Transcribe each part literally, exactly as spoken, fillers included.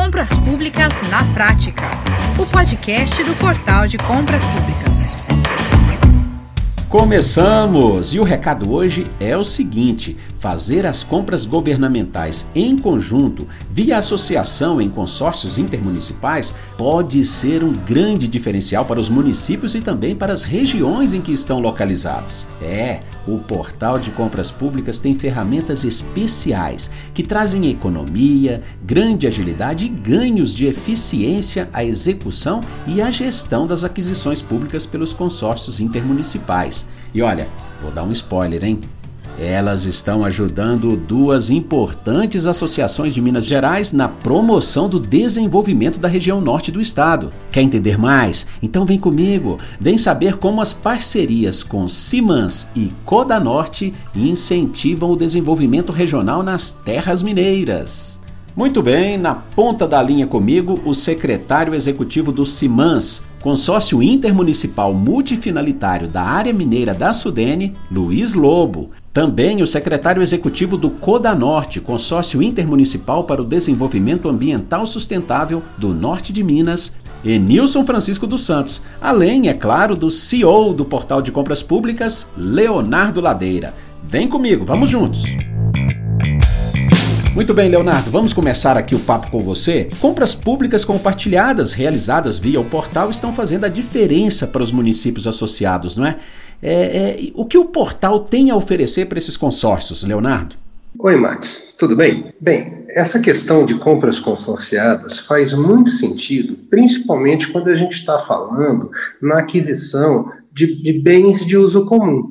Compras Públicas na Prática, o podcast do Portal de Compras Públicas. Começamos! E o recado hoje é o seguinte: fazer as compras governamentais em conjunto, via associação em consórcios intermunicipais, pode ser um grande diferencial para os municípios e também para as regiões em que estão localizados. É, o Portal de Compras Públicas tem ferramentas especiais que trazem economia, grande agilidade e ganhos de eficiência à execução e à gestão das aquisições públicas pelos consórcios intermunicipais. E olha, vou dar um spoiler, hein? Elas estão ajudando duas importantes associações de Minas Gerais na promoção do desenvolvimento da região norte do estado. Quer entender mais? Então vem comigo, vem saber como as parcerias com Simans e Codanorte incentivam o desenvolvimento regional nas terras mineiras. Muito bem, na ponta da linha comigo, o secretário executivo do Simans, consórcio intermunicipal multifinalitário da área mineira da Sudene, Luiz Lobo. Também o secretário executivo do Codanorte, consórcio intermunicipal para o desenvolvimento ambiental sustentável do norte de Minas, Enilson Francisco dos Santos. Além, é claro, do C E O do Portal de Compras Públicas, Leonardo Ladeira. Vem comigo, vamos juntos! Muito bem, Leonardo, vamos começar aqui o papo com você. Compras públicas compartilhadas realizadas via o portal estão fazendo a diferença para os municípios associados, não é? É, é o que o portal tem a oferecer para esses consórcios, Leonardo? Oi, Max, tudo bem? Bem, essa questão de compras consorciadas faz muito sentido, principalmente quando a gente está falando na aquisição de, de bens de uso comum.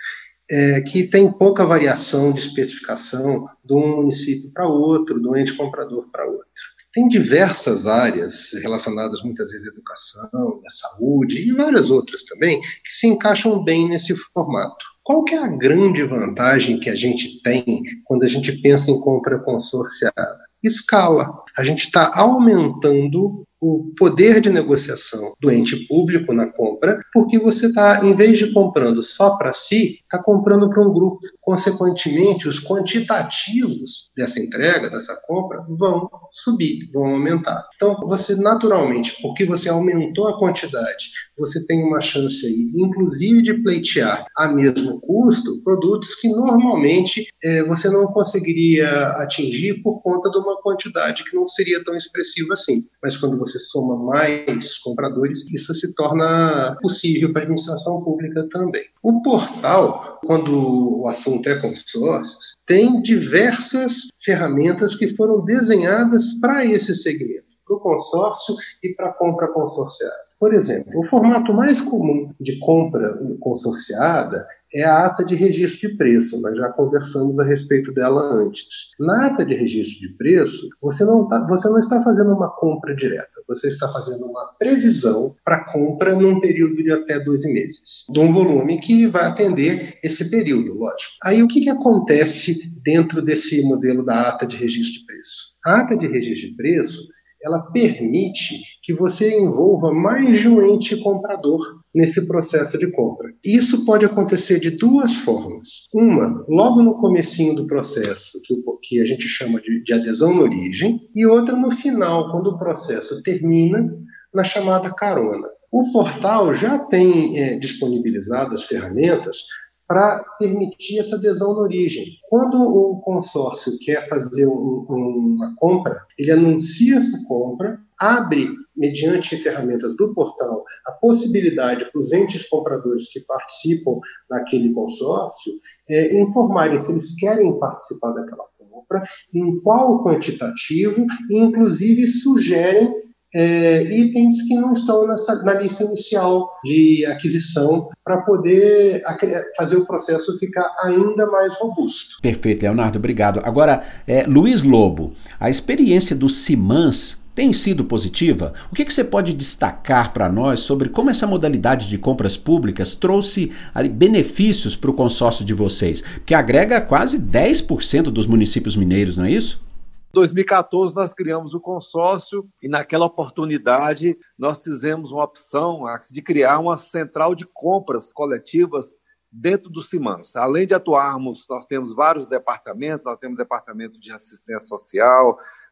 É, que tem pouca variação de especificação de um município para outro, do ente comprador para outro. Tem diversas áreas relacionadas muitas vezes à educação, à saúde e várias outras também que se encaixam bem nesse formato. Qual que é a grande vantagem que a gente tem quando a gente pensa em compra consorciada? Escala. A gente está aumentando o poder de negociação do ente público na compra, porque você está, em vez de comprando só para si, está comprando para um grupo. Consequentemente, os quantitativos dessa entrega, dessa compra, vão subir, vão aumentar. Então, você naturalmente, porque você aumentou a quantidade, você tem uma chance aí, inclusive de pleitear a mesmo custo, produtos que normalmente é, você não conseguiria atingir por conta de uma quantidade que não seria tão expressiva assim. Mas quando você soma mais compradores, isso se torna possível para a administração pública também. O portal, quando o assunto é consórcios, tem diversas ferramentas que foram desenhadas para esse segmento, para o consórcio e para a compra consorciada. Por exemplo, o formato mais comum de compra consorciada é a ata de registro de preço. Nós já conversamos a respeito dela antes. Na ata de registro de preço, você não, tá, você não está fazendo uma compra direta, você está fazendo uma previsão para compra num período de até doze meses, de um volume que vai atender esse período, lógico. Aí o que, que acontece dentro desse modelo da ata de registro de preço? A ata de registro de preço, ela permite que você envolva mais de um ente comprador nesse processo de compra. Isso pode acontecer de duas formas. Uma, logo no comecinho do processo, que, o, que a gente chama de, de adesão na origem, e outra no final, quando o processo termina, na chamada carona. O portal já tem é, disponibilizado as ferramentas para permitir essa adesão na origem. Quando o consórcio quer fazer um, um, uma compra, ele anuncia essa compra, abre, mediante ferramentas do portal, a possibilidade para os entes compradores que participam daquele consórcio é, informarem se eles querem participar daquela compra, em qual quantitativo, e inclusive sugerem É, itens que não estão nessa, na lista inicial de aquisição para poder fazer o processo ficar ainda mais robusto. Perfeito, Leonardo, obrigado. Agora, é, Luiz Lobo, a experiência do Simans tem sido positiva? O que, que você pode destacar para nós sobre como essa modalidade de compras públicas trouxe ali, benefícios para o consórcio de vocês? Que agrega quase dez por cento dos municípios mineiros, não é isso? Em dois mil e catorze, nós criamos o consórcio e, naquela oportunidade, nós fizemos uma opção de criar uma central de compras coletivas dentro do Simans. Além de atuarmos, nós temos vários departamentos, nós temos departamento de assistência social,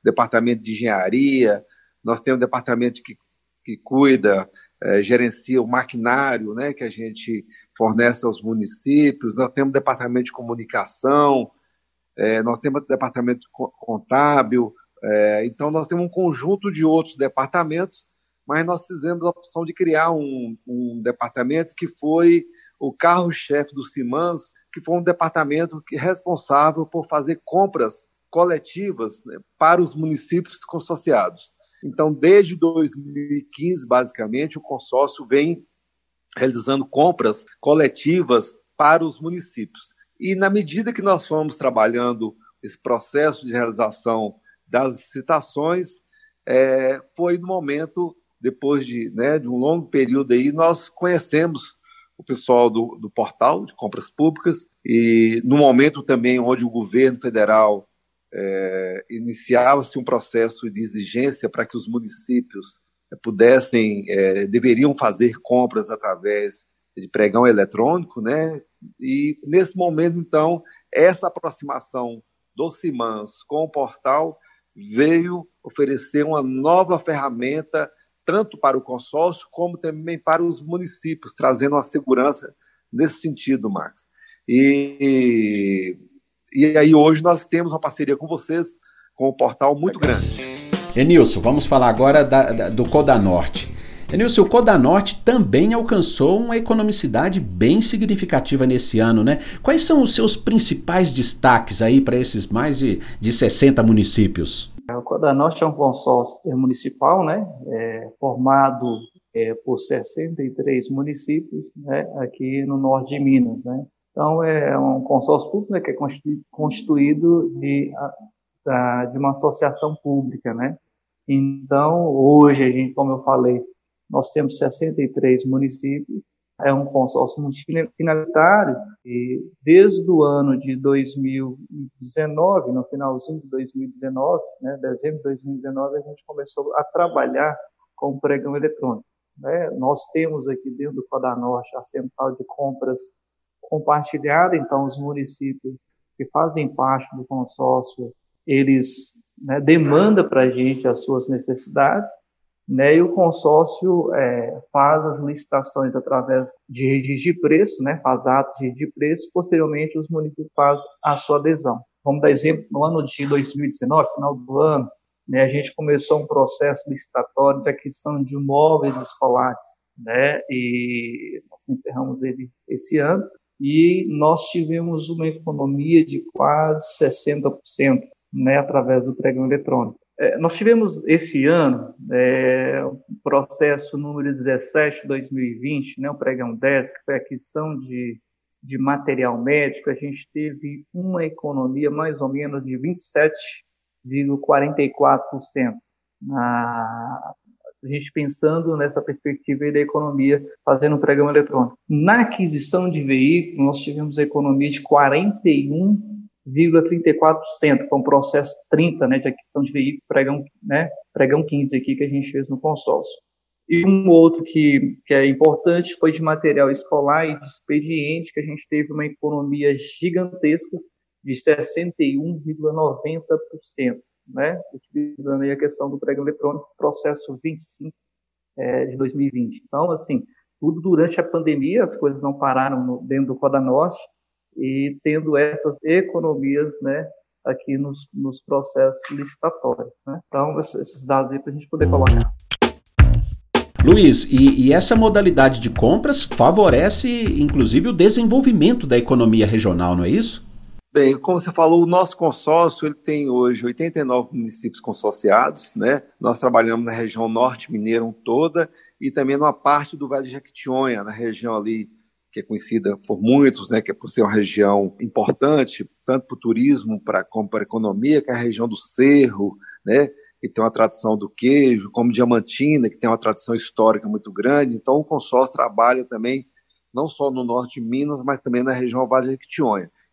departamento de engenharia, nós temos um departamento que, que cuida, é, gerencia o maquinário, né, que a gente fornece aos municípios, nós temos um departamento de comunicação, é, nós temos um departamento contábil, é, então nós temos um conjunto de outros departamentos, mas nós fizemos a opção de criar um, um departamento que foi o carro-chefe do Simans, que foi um departamento que é responsável por fazer compras coletivas, né, para os municípios consorciados. Então, desde dois mil e quinze, basicamente, o consórcio vem realizando compras coletivas para os municípios. E, na medida que nós fomos trabalhando esse processo de realização das licitações, é, foi no momento, depois de, né, de um longo período aí, nós conhecemos o pessoal do, do portal de compras públicas e, no momento também onde o governo federal É, iniciava-se um processo de exigência para que os municípios é, pudessem, é, deveriam fazer compras através de pregão eletrônico, né? E nesse momento, então, essa aproximação do Simans com o portal veio oferecer uma nova ferramenta tanto para o consórcio como também para os municípios, trazendo uma segurança nesse sentido, Max. E E aí hoje nós temos uma parceria com vocês, com um portal muito grande. Enilson, vamos falar agora da, da, do Codanorte. Enilson, o Codanorte também alcançou uma economicidade bem significativa nesse ano, né? Quais são os seus principais destaques aí para esses mais de, de sessenta municípios? O Codanorte é um consórcio municipal, né? É, formado é, por sessenta e três municípios, né? Aqui no norte de Minas, né? Então, é um consórcio público, né, que é constituído de, de uma associação pública, né? Então, hoje, a gente, como eu falei, nós temos sessenta e três municípios, é um consórcio multifinalitário, e desde o ano de dois mil e dezenove, no finalzinho de dois mil e dezenove, né, dezembro de dois mil e dezenove, a gente começou a trabalhar com o pregão eletrônico, né? Nós temos aqui dentro do Codanorte a central de compras compartilhada, então os municípios que fazem parte do consórcio, eles, né, demandam para a gente as suas necessidades, né, e o consórcio é, faz as licitações através de registro de preço, né, faz atos de registro de preço, posteriormente os municípios fazem a sua adesão. Vamos dar exemplo, no ano de dois mil e dezenove, final do ano, né, a gente começou um processo licitatório de aquisição de móveis escolares, né, e nós encerramos ele esse ano, e nós tivemos uma economia de quase sessenta por cento, né, através do pregão eletrônico. É, nós tivemos esse ano é, o processo número dezessete de dois mil e vinte, né, o pregão dez, que foi a aquisição de, de material médico, a gente teve uma economia mais ou menos de vinte e sete vírgula quarenta e quatro por cento. Na A gente pensando nessa perspectiva da economia, fazendo um pregão eletrônico. Na aquisição de veículos, nós tivemos a economia de quarenta e um vírgula trinta e quatro por cento, com o processo trinta, né, de aquisição de veículos, pregão, né, pregão quinze aqui que a gente fez no consórcio. E um outro que, que é importante foi de material escolar e de expediente, que a gente teve uma economia gigantesca de sessenta e um vírgula noventa por cento. Né, utilizando aí a questão do pregão eletrônico, processo vinte e cinco é, de dois mil e vinte. Então, assim, tudo durante a pandemia, as coisas não pararam no, dentro do Codanorte, e tendo essas economias, né, aqui nos, nos processos licitatórios, né? Então, esses dados aí para a gente poder colocar. Luiz, e, e essa modalidade de compras favorece, inclusive, o desenvolvimento da economia regional, não é isso? Bem, como você falou, o nosso consórcio ele tem hoje oitenta e nove municípios consorciados, né? Nós trabalhamos na região norte mineira toda e também numa parte do Vale de Jequitinhonha, na região ali que é conhecida por muitos, né? Que é por ser uma região importante, tanto para o turismo pra, como para a economia, que é a região do Cerro, né? Que tem uma tradição do queijo, como Diamantina, que tem uma tradição histórica muito grande. Então, o consórcio trabalha também não só no norte de Minas, mas também na região Vale de Jequitinhonha.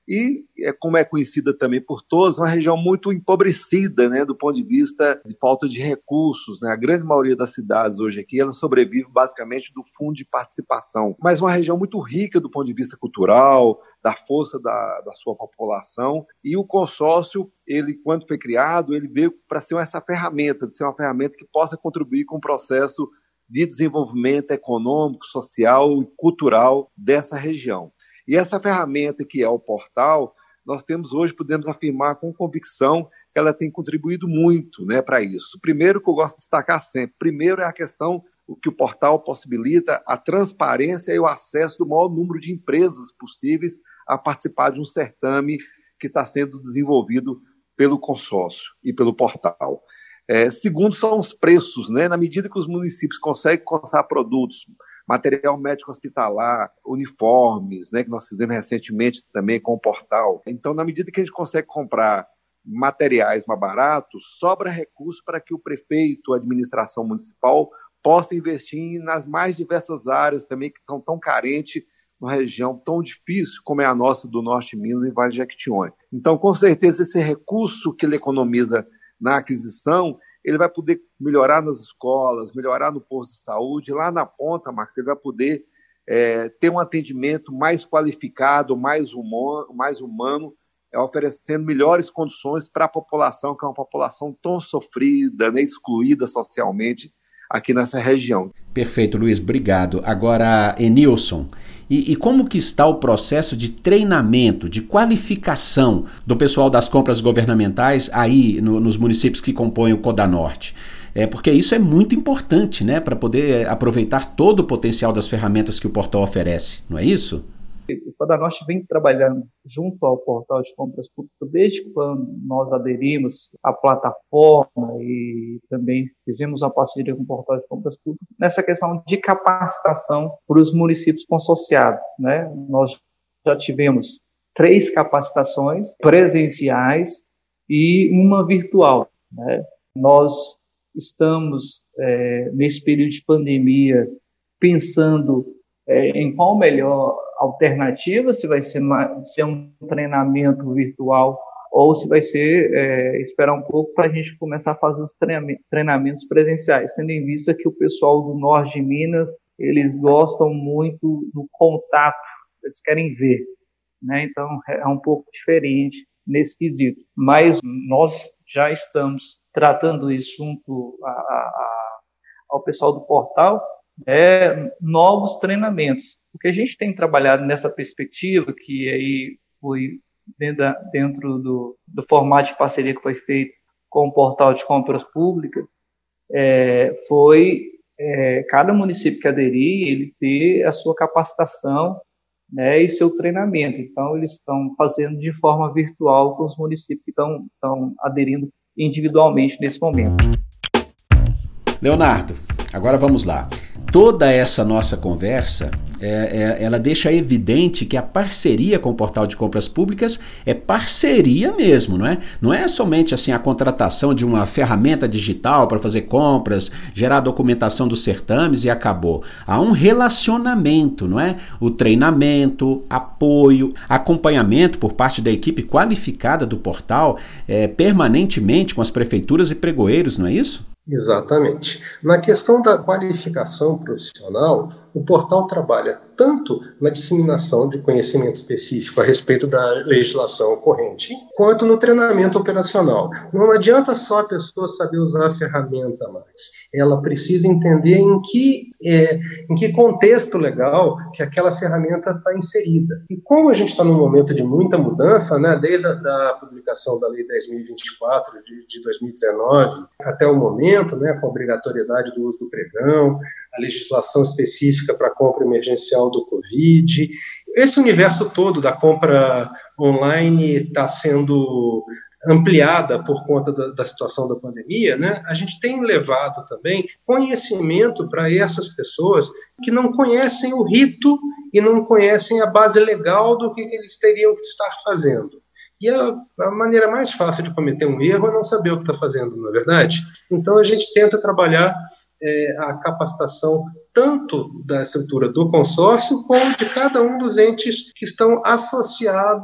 E, como é conhecida também por todos, uma região muito empobrecida, né, do ponto de vista de falta de recursos, né? A grande maioria das cidades hoje aqui, ela sobrevive basicamente do fundo de participação, mas uma região muito rica do ponto de vista cultural, da força da, da sua população, e o consórcio, ele, quando foi criado, ele veio para ser essa ferramenta, de ser uma ferramenta que possa contribuir com o processo de desenvolvimento econômico, social e cultural dessa região. E essa ferramenta que é o portal, nós temos hoje, podemos afirmar com convicção que ela tem contribuído muito, né, para isso. Primeiro, que eu gosto de destacar sempre, primeiro é a questão que o portal possibilita a transparência e o acesso do maior número de empresas possíveis a participar de um certame que está sendo desenvolvido pelo consórcio e pelo portal. É, segundo, são os preços, né? Na medida que os municípios conseguem comprar produtos, material médico hospitalar, uniformes, né, que nós fizemos recentemente também com o portal. Então, na medida que a gente consegue comprar materiais mais baratos, sobra recurso para que o prefeito, a administração municipal, possa investir nas mais diversas áreas também que estão tão carentes numa região tão difícil como é a nossa do Norte de Minas e Vale de Jequitinhonha. Então, com certeza, esse recurso que ele economiza na aquisição, ele vai poder melhorar nas escolas, melhorar no posto de saúde. Lá na ponta, Marcos, ele vai poder é, ter um atendimento mais qualificado, mais humano, mais humano, é, oferecendo melhores condições para a população, que é uma população tão sofrida, né, excluída socialmente aqui nessa região. Perfeito, Luiz, obrigado. Agora, Enilson, e, e como que está o processo de treinamento, de qualificação do pessoal das compras governamentais aí no, nos municípios que compõem o Codanorte? É, porque isso é muito importante, né, para poder aproveitar todo o potencial das ferramentas que o portal oferece, não é isso? O Codanorte vem trabalhando junto ao portal de compras públicas desde quando nós aderimos à plataforma e também fizemos uma parceria com o portal de compras públicas nessa questão de capacitação para os municípios consorciados, né? Nós já tivemos três capacitações presenciais e uma virtual, né? Nós estamos, é, nesse período de pandemia, pensando é, em qual melhor alternativa, se vai ser, uma, ser um treinamento virtual ou se vai ser é, esperar um pouco para a gente começar a fazer os treinamentos presenciais, tendo em vista que o pessoal do Norte de Minas, eles gostam muito do contato, eles querem ver, né? Então é um pouco diferente nesse quesito, mas nós já estamos tratando isso junto a, a, a, ao pessoal do portal, é, novos treinamentos. O que a gente tem trabalhado nessa perspectiva, que aí foi dentro, da, dentro do, do formato de parceria que foi feito com o portal de compras públicas, é, foi é, cada município que aderir, ele ter a sua capacitação, né, e seu treinamento. Então, eles estão fazendo de forma virtual com os municípios que estão, estão aderindo individualmente nesse momento. Leonardo, agora vamos lá. Toda essa nossa conversa, é, é, ela deixa evidente que a parceria com o Portal de Compras Públicas é parceria mesmo, não é? Não é somente assim a contratação de uma ferramenta digital para fazer compras, gerar documentação dos certames e acabou. Há um relacionamento, não é? O treinamento, apoio, acompanhamento por parte da equipe qualificada do portal é, permanentemente com as prefeituras e pregoeiros, não é isso? Exatamente. Na questão da qualificação profissional, o portal trabalha tanto na disseminação de conhecimento específico a respeito da legislação corrente, quanto no treinamento operacional. Não adianta só a pessoa saber usar a ferramenta mais. Ela precisa entender em que, é, em que contexto legal que aquela ferramenta está inserida. E como a gente está num momento de muita mudança, né, desde a da publicação da Lei dez mil e vinte e quatro de, de dois mil e dezenove até o momento, né, com a obrigatoriedade do uso do pregão, a legislação específica para a compra emergencial do Covid, esse universo todo da compra online está sendo ampliada por conta da, da situação da pandemia, né? A gente tem levado também conhecimento para essas pessoas que não conhecem o rito e não conhecem a base legal do que eles teriam que estar fazendo. E a, a maneira mais fácil de cometer um erro é não saber o que está fazendo, não é verdade? Então a gente tenta trabalhar é, a capacitação tanto da estrutura do consórcio como de cada um dos entes que estão associados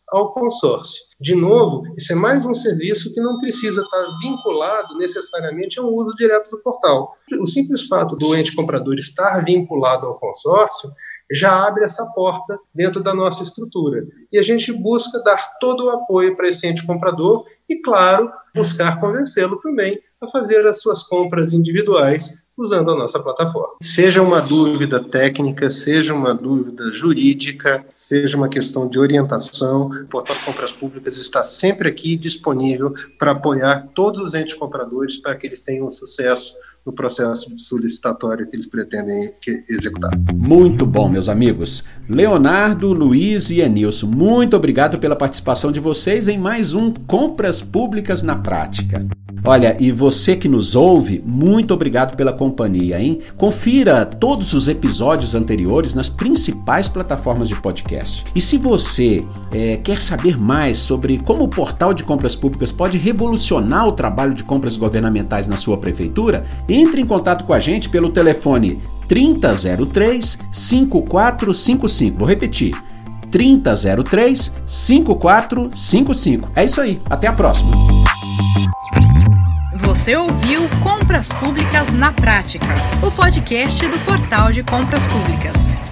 ao consórcio. De novo, isso é mais um serviço que não precisa estar vinculado necessariamente a um uso direto do portal. O simples fato do ente comprador estar vinculado ao consórcio já abre essa porta dentro da nossa estrutura. E a gente busca dar todo o apoio para esse ente comprador e, claro, buscar convencê-lo também a fazer as suas compras individuais usando a nossa plataforma. Seja uma dúvida técnica, seja uma dúvida jurídica, seja uma questão de orientação, o Portal de Compras Públicas está sempre aqui disponível para apoiar todos os entes compradores para que eles tenham sucesso no processo solicitatório que eles pretendem executar. Muito bom, meus amigos. Leonardo, Luiz e Enilson, muito obrigado pela participação de vocês em mais um Compras Públicas na Prática. Olha, e você que nos ouve, muito obrigado pela companhia, hein? Confira todos os episódios anteriores nas principais plataformas de podcast. E se você é, quer saber mais sobre como o Portal de Compras Públicas pode revolucionar o trabalho de compras governamentais na sua prefeitura, entre em contato com a gente pelo telefone trinta zero três, cinco quatro cinco cinco. Vou repetir, trinta zero três, cinco quatro cinco cinco. É isso aí, até a próxima. Você ouviu Compras Públicas na Prática, o podcast do Portal de Compras Públicas.